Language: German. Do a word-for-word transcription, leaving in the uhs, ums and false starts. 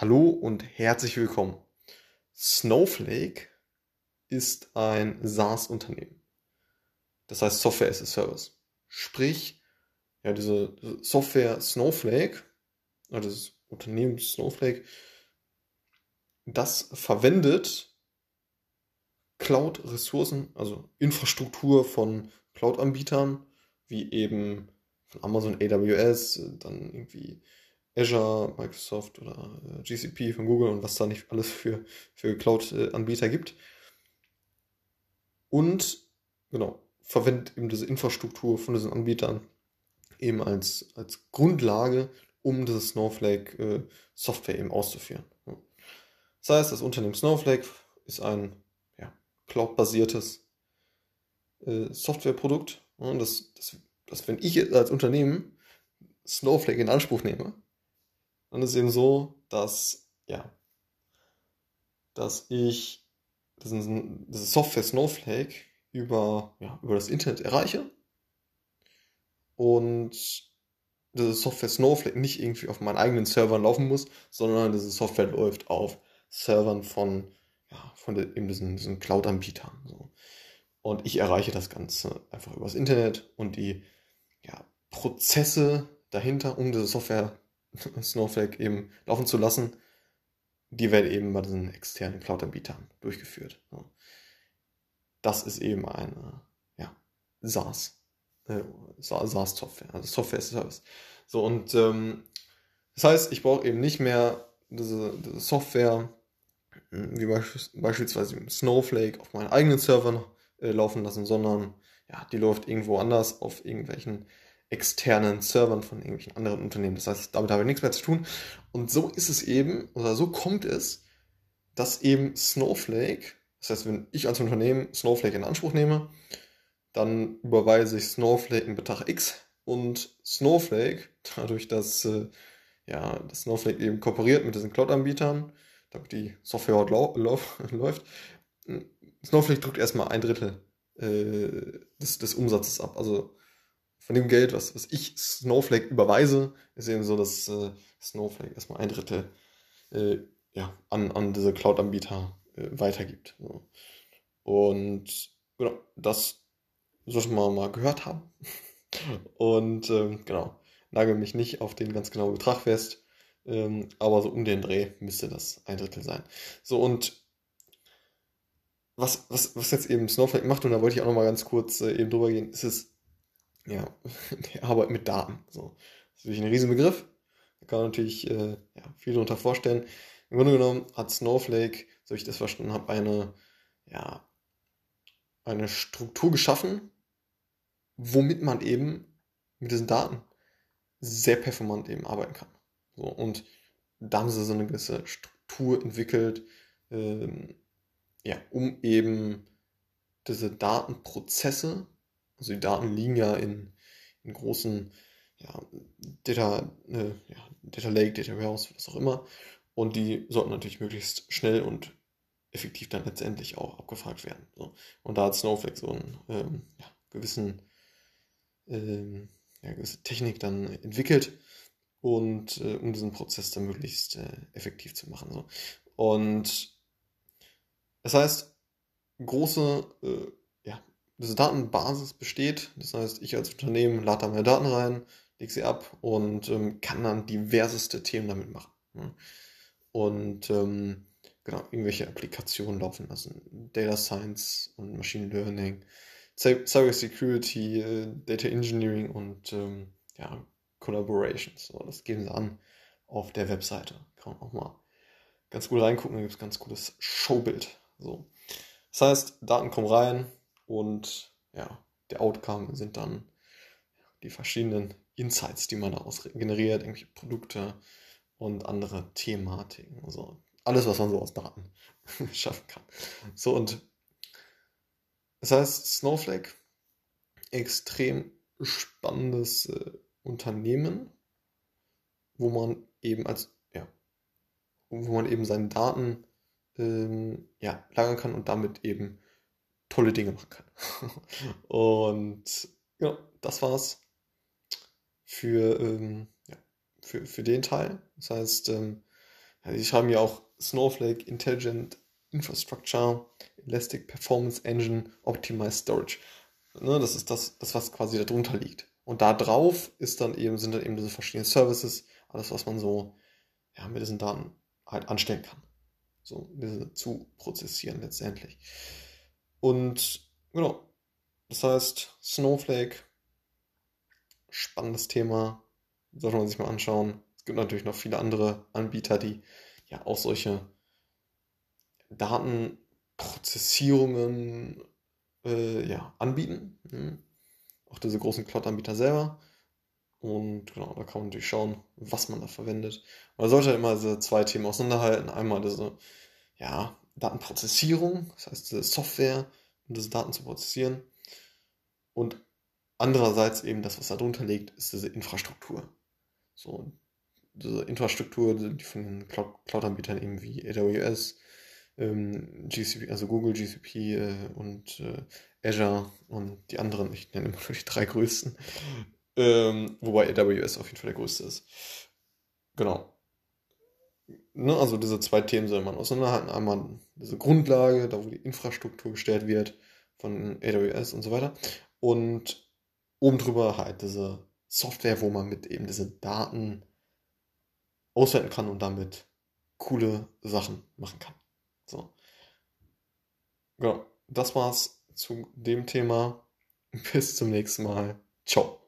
Hallo und herzlich willkommen. Snowflake ist ein SaaS-Unternehmen. Das heißt Software as a Service. Sprich, ja, diese Software Snowflake, also das Unternehmen Snowflake, das verwendet Cloud-Ressourcen, also Infrastruktur von Cloud-Anbietern, wie eben von Amazon A W S, dann irgendwie Azure, Microsoft oder äh, G C P von Google und was da nicht alles für, für Cloud-Anbieter gibt. Und genau, verwendet eben diese Infrastruktur von diesen Anbietern eben als, als Grundlage, um diese Snowflake-Software eben auszuführen. Das heißt, das Unternehmen Snowflake ist ein ja, cloud-basiertes äh, Softwareprodukt. Und das, das, das, wenn ich als Unternehmen Snowflake in Anspruch nehme, dann ist es eben so, dass, ja, dass ich diesen, diese Software Snowflake über, ja, über das Internet erreiche und diese Software Snowflake nicht irgendwie auf meinen eigenen Servern laufen muss, sondern diese Software läuft auf Servern von, ja, von der, eben diesen, diesen Cloud-Anbietern. So. Und ich erreiche das Ganze einfach übers Internet und die ja, Prozesse dahinter, um diese Software Snowflake eben laufen zu lassen, die werden eben bei diesen externen Cloud-Anbietern durchgeführt. Das ist eben eine ja, SaaS, äh, SaaS-Software, also Software as a Service. So, und ähm, das heißt, ich brauche eben nicht mehr diese, diese Software, wie beispielsweise Snowflake, auf meinen eigenen Servern äh, laufen lassen, sondern ja, die läuft irgendwo anders auf irgendwelchen externen Servern von irgendwelchen anderen Unternehmen. Das heißt, damit habe ich nichts mehr zu tun. Und so ist es eben, oder so kommt es, dass eben Snowflake, das heißt, wenn ich als Unternehmen Snowflake in Anspruch nehme, dann überweise ich Snowflake einen Betrag X und Snowflake, dadurch, dass, äh, ja, dass Snowflake eben kooperiert mit diesen Cloud-Anbietern, damit die Software dort lau lau läuft, Snowflake drückt erstmal ein Drittel äh, des, des Umsatzes ab. Also von dem Geld, was, was ich Snowflake überweise, ist eben so, dass äh, Snowflake erstmal ein Drittel äh, ja, an, an diese Cloud-Anbieter äh, weitergibt. So. Und genau, das sollte man mal gehört haben. Und ähm, genau, nagel mich nicht auf den ganz genauen Betrag fest, ähm, aber so um den Dreh müsste das ein Drittel sein. So, und was, was, was jetzt eben Snowflake macht, und da wollte ich auch noch mal ganz kurz äh, eben drüber gehen, ist es, ja, die Arbeit mit Daten. So. Das ist natürlich ein Riesenbegriff. Da kann man natürlich äh, ja, viel darunter vorstellen. Im Grunde genommen hat Snowflake, so ich das verstanden habe, eine, ja, eine Struktur geschaffen, womit man eben mit diesen Daten sehr performant eben arbeiten kann. So, und da haben sie so eine gewisse Struktur entwickelt, ähm, ja, um eben diese Datenprozesse, also die Daten liegen ja in, in großen ja, Data, äh, ja, Data Lake, Data Warehouse, was auch immer, und die sollten natürlich möglichst schnell und effektiv dann letztendlich auch abgefragt werden. So. Und da hat Snowflake so einen ähm, ja, gewissen ähm, ja, gewisse Technik dann entwickelt und äh, um diesen Prozess dann möglichst äh, effektiv zu machen. So. Und das heißt, große, äh, ja, diese Datenbasis besteht. Das heißt, ich als Unternehmen lade da meine Daten rein, lege sie ab und ähm, kann dann diverseste Themen damit machen. Ne? Und ähm, genau, irgendwelche Applikationen laufen lassen. Data Science und Machine Learning, Cyber Security, äh, Data Engineering und ähm, ja, Collaborations. So, das geben sie an auf der Webseite. Kann man auch mal ganz gut reingucken, da gibt es ganz cooles Showbild. So. Das heißt, Daten kommen rein und ja, der Outcome sind dann die verschiedenen Insights, die man daraus generiert, irgendwelche Produkte und andere Thematiken. Also alles, was man so aus Daten schaffen kann. So, und das heißt, Snowflake, extrem spannendes äh, Unternehmen, wo man eben als, ja, wo man eben seine Daten ähm, ja, lagern kann und damit eben tolle Dinge machen kann. Und ja, das war's für, ähm, ja, für, für den Teil. Das heißt, ähm, Also die schreiben ja auch Snowflake Intelligent Infrastructure, Elastic Performance Engine, Optimized Storage. Ne, das ist das, das, was quasi darunter liegt. Und da drauf ist dann eben, sind dann eben diese verschiedenen Services, alles, was man so ja, mit diesen Daten halt anstellen kann. So, diese zu prozessieren letztendlich. Und genau, das heißt, Snowflake, spannendes Thema, sollte man sich mal anschauen. Es gibt natürlich noch viele andere Anbieter, die ja auch solche Datenprozessierungen äh, ja, anbieten. Mhm. Auch diese großen Cloud-Anbieter selber. Und genau, da kann man natürlich schauen, was man da verwendet. Man sollte halt immer diese zwei Themen auseinanderhalten. Einmal diese ja, Datenprozessierung, das heißt diese Software, um diese Daten zu prozessieren. Und andererseits eben das, was da drunter liegt, ist diese Infrastruktur. So, diese Infrastruktur, die von den Cloud-Anbietern eben wie A W S, ähm, G C P, also Google, G C P äh, und äh, Azure und die anderen, ich nenne immer nur die drei größten, ähm, wobei A W S auf jeden Fall der größte ist. Genau. Ne, also diese zwei Themen soll man auseinanderhalten. Einmal diese Grundlage, da wo die Infrastruktur gestellt wird von A W S und so weiter. Und oben drüber halt diese Software, wo man mit eben diese Daten auswerten kann und damit coole Sachen machen kann. So. Genau. Das war's zu dem Thema. Bis zum nächsten Mal. Ciao.